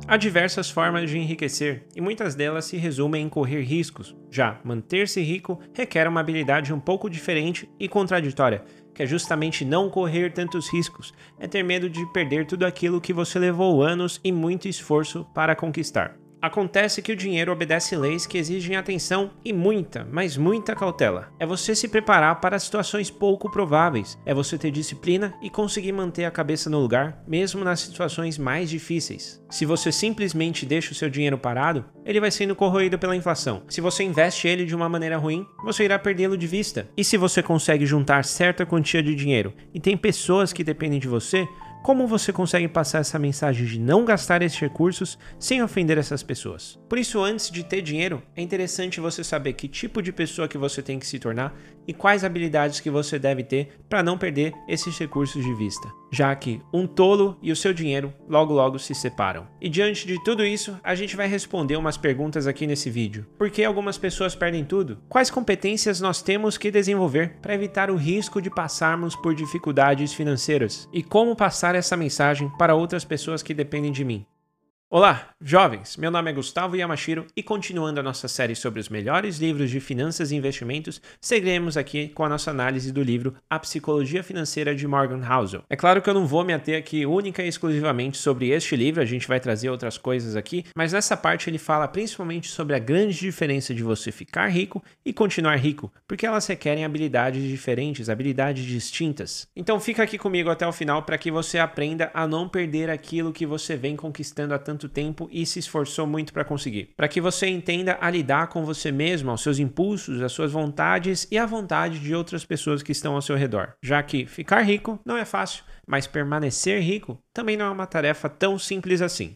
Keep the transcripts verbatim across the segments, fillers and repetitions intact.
Há diversas formas de enriquecer, e muitas delas se resumem em correr riscos. Já manter-se rico requer uma habilidade um pouco diferente e contraditória, que é justamente não correr tantos riscos, é ter medo de perder tudo aquilo que você levou anos e muito esforço para conquistar. Acontece que o dinheiro obedece leis que exigem atenção e muita, mas muita cautela. É você se preparar para situações pouco prováveis, é você ter disciplina e conseguir manter a cabeça no lugar, mesmo nas situações mais difíceis. Se você simplesmente deixa o seu dinheiro parado, ele vai sendo corroído pela inflação. Se você investe ele de uma maneira ruim, você irá perdê-lo de vista. E se você consegue juntar certa quantia de dinheiro e tem pessoas que dependem de você, como você consegue passar essa mensagem de não gastar esses recursos sem ofender essas pessoas? Por isso, antes de ter dinheiro, é interessante você saber que tipo de pessoa que você tem que se tornar e quais habilidades que você deve ter para não perder esses recursos de vista, já que um tolo e o seu dinheiro logo logo se separam. E diante de tudo isso, a gente vai responder umas perguntas aqui nesse vídeo. Por que algumas pessoas perdem tudo? Quais competências nós temos que desenvolver para evitar o risco de passarmos por dificuldades financeiras? E como passar essa mensagem para outras pessoas que dependem de mim? Olá, jovens! Meu nome é Gustavo Yamashiro e continuando a nossa série sobre os melhores livros de finanças e investimentos, seguiremos aqui com a nossa análise do livro A Psicologia Financeira de Morgan Housel. É claro que eu não vou me ater aqui única e exclusivamente sobre este livro, a gente vai trazer outras coisas aqui, mas nessa parte ele fala principalmente sobre a grande diferença de você ficar rico e continuar rico, porque elas requerem habilidades diferentes, habilidades distintas. Então fica aqui comigo até o final para que você aprenda a não perder aquilo que você vem conquistando há tanto tempo e se esforçou muito para conseguir. Para que você entenda a lidar com você mesmo, aos seus impulsos, às suas vontades e à vontade de outras pessoas que estão ao seu redor. Já que ficar rico não é fácil, mas permanecer rico também não é uma tarefa tão simples assim.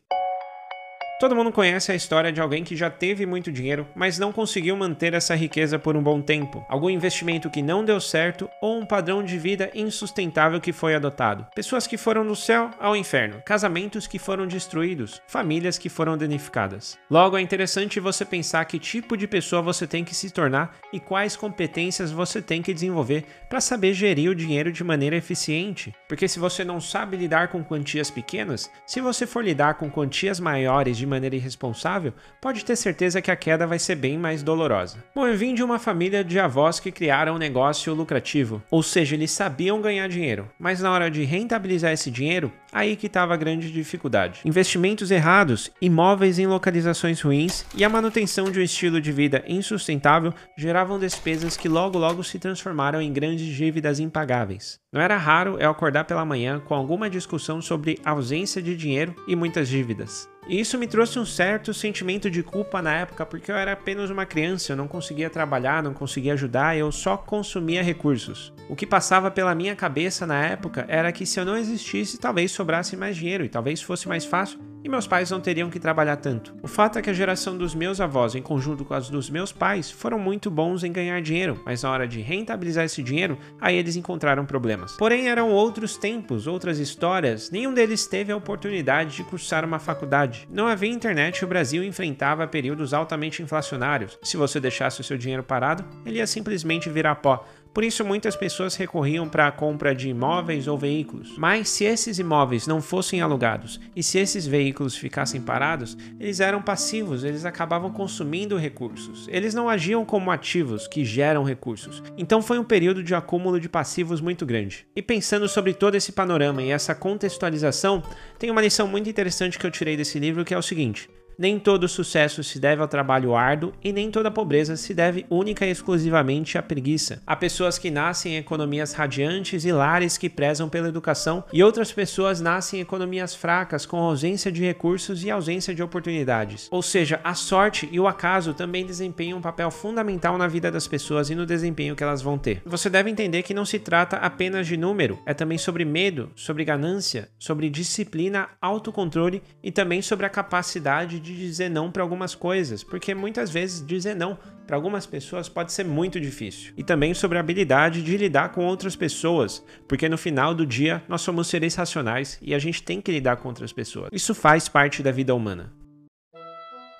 Todo mundo conhece a história de alguém que já teve muito dinheiro, mas não conseguiu manter essa riqueza por um bom tempo. Algum investimento que não deu certo ou um padrão de vida insustentável que foi adotado. Pessoas que foram do céu ao inferno, casamentos que foram destruídos, famílias que foram danificadas. Logo, é interessante você pensar que tipo de pessoa você tem que se tornar e quais competências você tem que desenvolver para saber gerir o dinheiro de maneira eficiente. Porque se você não sabe lidar com quantias pequenas, se você for lidar com quantias maiores de maneira irresponsável, pode ter certeza que a queda vai ser bem mais dolorosa. Bom, eu vim de uma família de avós que criaram um negócio lucrativo, ou seja, eles sabiam ganhar dinheiro, mas na hora de rentabilizar esse dinheiro, aí que estava a grande dificuldade. Investimentos errados, imóveis em localizações ruins e a manutenção de um estilo de vida insustentável geravam despesas que logo logo se transformaram em grandes dívidas impagáveis. Não era raro eu acordar pela manhã com alguma discussão sobre ausência de dinheiro e muitas dívidas. E isso me trouxe um certo sentimento de culpa na época, porque eu era apenas uma criança, eu não conseguia trabalhar, não conseguia ajudar, eu só consumia recursos. O que passava pela minha cabeça na época era que se eu não existisse, talvez sobrasse mais dinheiro e talvez fosse mais fácil e meus pais não teriam que trabalhar tanto. O fato é que a geração dos meus avós, em conjunto com as dos meus pais, foram muito bons em ganhar dinheiro, mas na hora de rentabilizar esse dinheiro, aí eles encontraram problemas. Porém, eram outros tempos, outras histórias, nenhum deles teve a oportunidade de cursar uma faculdade. Não havia internet e o Brasil enfrentava períodos altamente inflacionários. Se você deixasse o seu dinheiro parado, ele ia simplesmente virar pó. Por isso, muitas pessoas recorriam para a compra de imóveis ou veículos. Mas se esses imóveis não fossem alugados e se esses veículos ficassem parados, eles eram passivos, eles acabavam consumindo recursos. Eles não agiam como ativos que geram recursos. Então foi um período de acúmulo de passivos muito grande. E pensando sobre todo esse panorama e essa contextualização, tem uma lição muito interessante que eu tirei desse livro, que é o seguinte: nem todo sucesso se deve ao trabalho árduo e nem toda pobreza se deve única e exclusivamente à preguiça. Há pessoas que nascem em economias radiantes e lares que prezam pela educação, e outras pessoas nascem em economias fracas com ausência de recursos e ausência de oportunidades. Ou seja, a sorte e o acaso também desempenham um papel fundamental na vida das pessoas e no desempenho que elas vão ter. Você deve entender que não se trata apenas de número, é também sobre medo, sobre ganância, sobre disciplina, autocontrole e também sobre a capacidade de dizer não para algumas coisas, porque muitas vezes dizer não para algumas pessoas pode ser muito difícil. E também sobre a habilidade de lidar com outras pessoas, porque no final do dia nós somos seres racionais e a gente tem que lidar com outras pessoas. Isso faz parte da vida humana.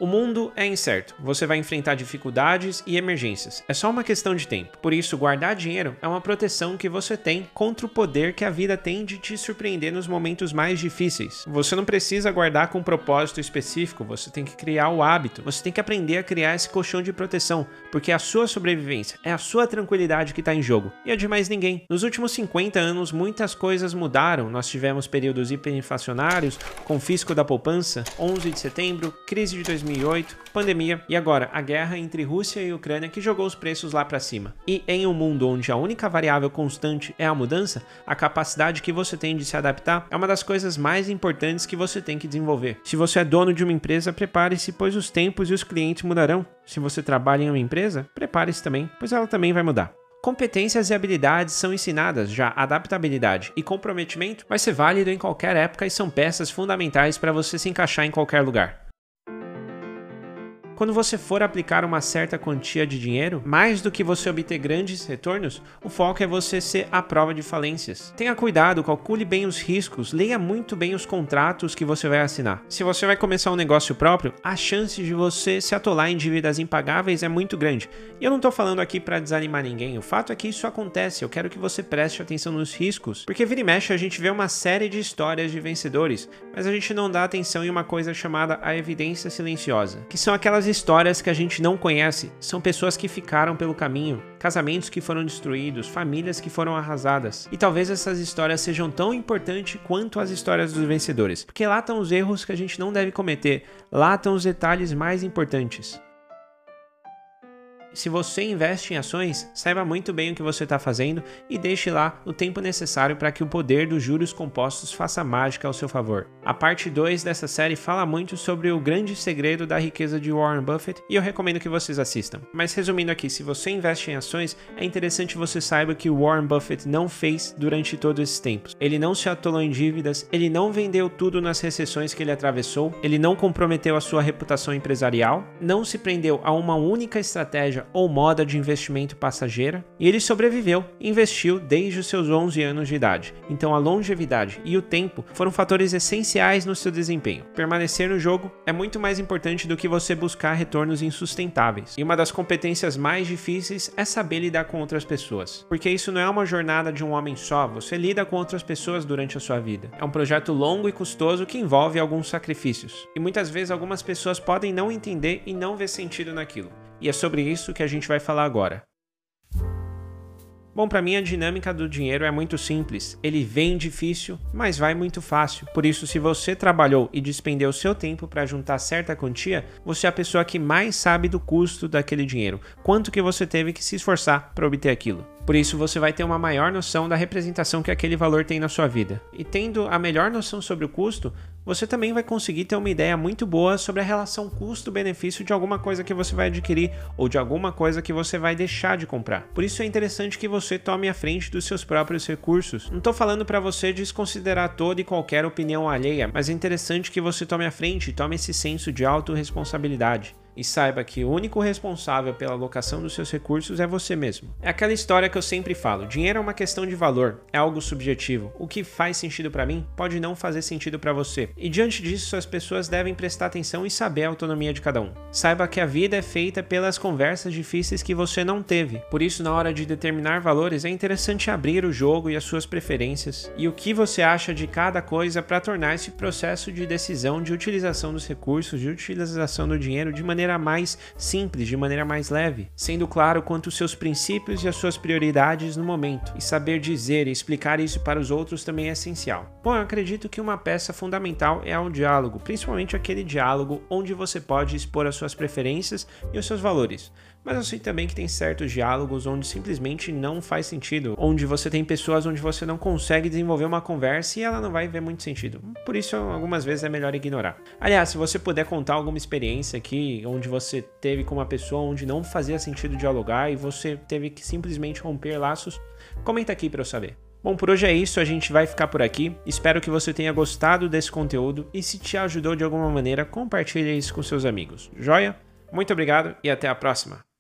O mundo é incerto, você vai enfrentar dificuldades e emergências, é só uma questão de tempo. Por isso, guardar dinheiro é uma proteção que você tem contra o poder que a vida tem de te surpreender nos momentos mais difíceis. Você não precisa guardar com um propósito específico, você tem que criar o hábito, você tem que aprender a criar esse colchão de proteção, porque é a sua sobrevivência, é a sua tranquilidade que está em jogo, e a de mais ninguém. Nos últimos cinquenta anos, muitas coisas mudaram, nós tivemos períodos hiperinflacionários, confisco da poupança, onze de setembro, crise de dois mil e oito, pandemia e agora a guerra entre Rússia e Ucrânia que jogou os preços lá para cima. E em um mundo onde a única variável constante é a mudança, a capacidade que você tem de se adaptar é uma das coisas mais importantes que você tem que desenvolver. Se você é dono de uma empresa, prepare-se, pois os tempos e os clientes mudarão. Se você trabalha em uma empresa, prepare-se também, pois ela também vai mudar. Competências e habilidades são ensinadas, já adaptabilidade e comprometimento vai ser válido em qualquer época e são peças fundamentais para você se encaixar em qualquer lugar. Quando você for aplicar uma certa quantia de dinheiro, mais do que você obter grandes retornos, o foco é você ser à prova de falências. Tenha cuidado, calcule bem os riscos, leia muito bem os contratos que você vai assinar. Se você vai começar um negócio próprio, a chance de você se atolar em dívidas impagáveis é muito grande. E eu não estou falando aqui para desanimar ninguém, o fato é que isso acontece, eu quero que você preste atenção nos riscos, porque vira e mexe a gente vê uma série de histórias de vencedores, mas a gente não dá atenção em uma coisa chamada a evidência silenciosa, que são aquelas histórias que a gente não conhece, são pessoas que ficaram pelo caminho, casamentos que foram destruídos, famílias que foram arrasadas. E talvez essas histórias sejam tão importantes quanto as histórias dos vencedores, porque lá estão os erros que a gente não deve cometer, lá estão os detalhes mais importantes. Se você investe em ações, saiba muito bem o que você está fazendo e deixe lá o tempo necessário para que o poder dos juros compostos faça mágica ao seu favor. A parte dois dessa série fala muito sobre o grande segredo da riqueza de Warren Buffett e eu recomendo que vocês assistam. Mas resumindo aqui, se você investe em ações, é interessante você saiba que o Warren Buffett não fez durante todos esses tempos. Ele não se atolou em dívidas, ele não vendeu tudo nas recessões que ele atravessou, ele não comprometeu a sua reputação empresarial, não se prendeu a uma única estratégia ou moda de investimento passageira, e ele sobreviveu e investiu desde os seus onze anos de idade. Então a longevidade e o tempo foram fatores essenciais no seu desempenho. Permanecer no jogo é muito mais importante do que você buscar retornos insustentáveis. E uma das competências mais difíceis é saber lidar com outras pessoas, porque isso não é uma jornada de um homem só, você lida com outras pessoas durante a sua vida. É um projeto longo e custoso que envolve alguns sacrifícios. E muitas vezes algumas pessoas podem não entender e não ver sentido naquilo. E é sobre isso que a gente vai falar agora. Bom, para mim a dinâmica do dinheiro é muito simples. Ele vem difícil, mas vai muito fácil. Por isso, se você trabalhou e despendeu seu tempo para juntar certa quantia, você é a pessoa que mais sabe do custo daquele dinheiro. Quanto que você teve que se esforçar para obter aquilo. Por isso, você vai ter uma maior noção da representação que aquele valor tem na sua vida. E tendo a melhor noção sobre o custo, você também vai conseguir ter uma ideia muito boa sobre a relação custo-benefício de alguma coisa que você vai adquirir ou de alguma coisa que você vai deixar de comprar. Por isso é interessante que você tome a frente dos seus próprios recursos. Não estou falando para você desconsiderar toda e qualquer opinião alheia, mas é interessante que você tome a frente e tome esse senso de autorresponsabilidade. E saiba que o único responsável pela alocação dos seus recursos é você mesmo. É aquela história que eu sempre falo, dinheiro é uma questão de valor, é algo subjetivo. O que faz sentido para mim pode não fazer sentido para você. E diante disso, as pessoas devem prestar atenção e saber a autonomia de cada um. Saiba que a vida é feita pelas conversas difíceis que você não teve. Por isso, na hora de determinar valores, é interessante abrir o jogo e as suas preferências e o que você acha de cada coisa para tornar esse processo de decisão de utilização dos recursos, de utilização do dinheiro de maneira mais simples, de maneira mais leve, sendo claro quanto os seus princípios e as suas prioridades no momento, e saber dizer e explicar isso para os outros também é essencial. Bom, eu acredito que uma peça fundamental é o diálogo, principalmente aquele diálogo onde você pode expor as suas preferências e os seus valores. Mas eu sei também que tem certos diálogos onde simplesmente não faz sentido, onde você tem pessoas onde você não consegue desenvolver uma conversa e ela não vai ver muito sentido. Por isso, algumas vezes é melhor ignorar. Aliás, se você puder contar alguma experiência aqui, onde você teve com uma pessoa onde não fazia sentido dialogar e você teve que simplesmente romper laços, comenta aqui para eu saber. Bom, por hoje é isso, a gente vai ficar por aqui. Espero que você tenha gostado desse conteúdo e se te ajudou de alguma maneira, compartilhe isso com seus amigos. Joia? Muito obrigado e até a próxima!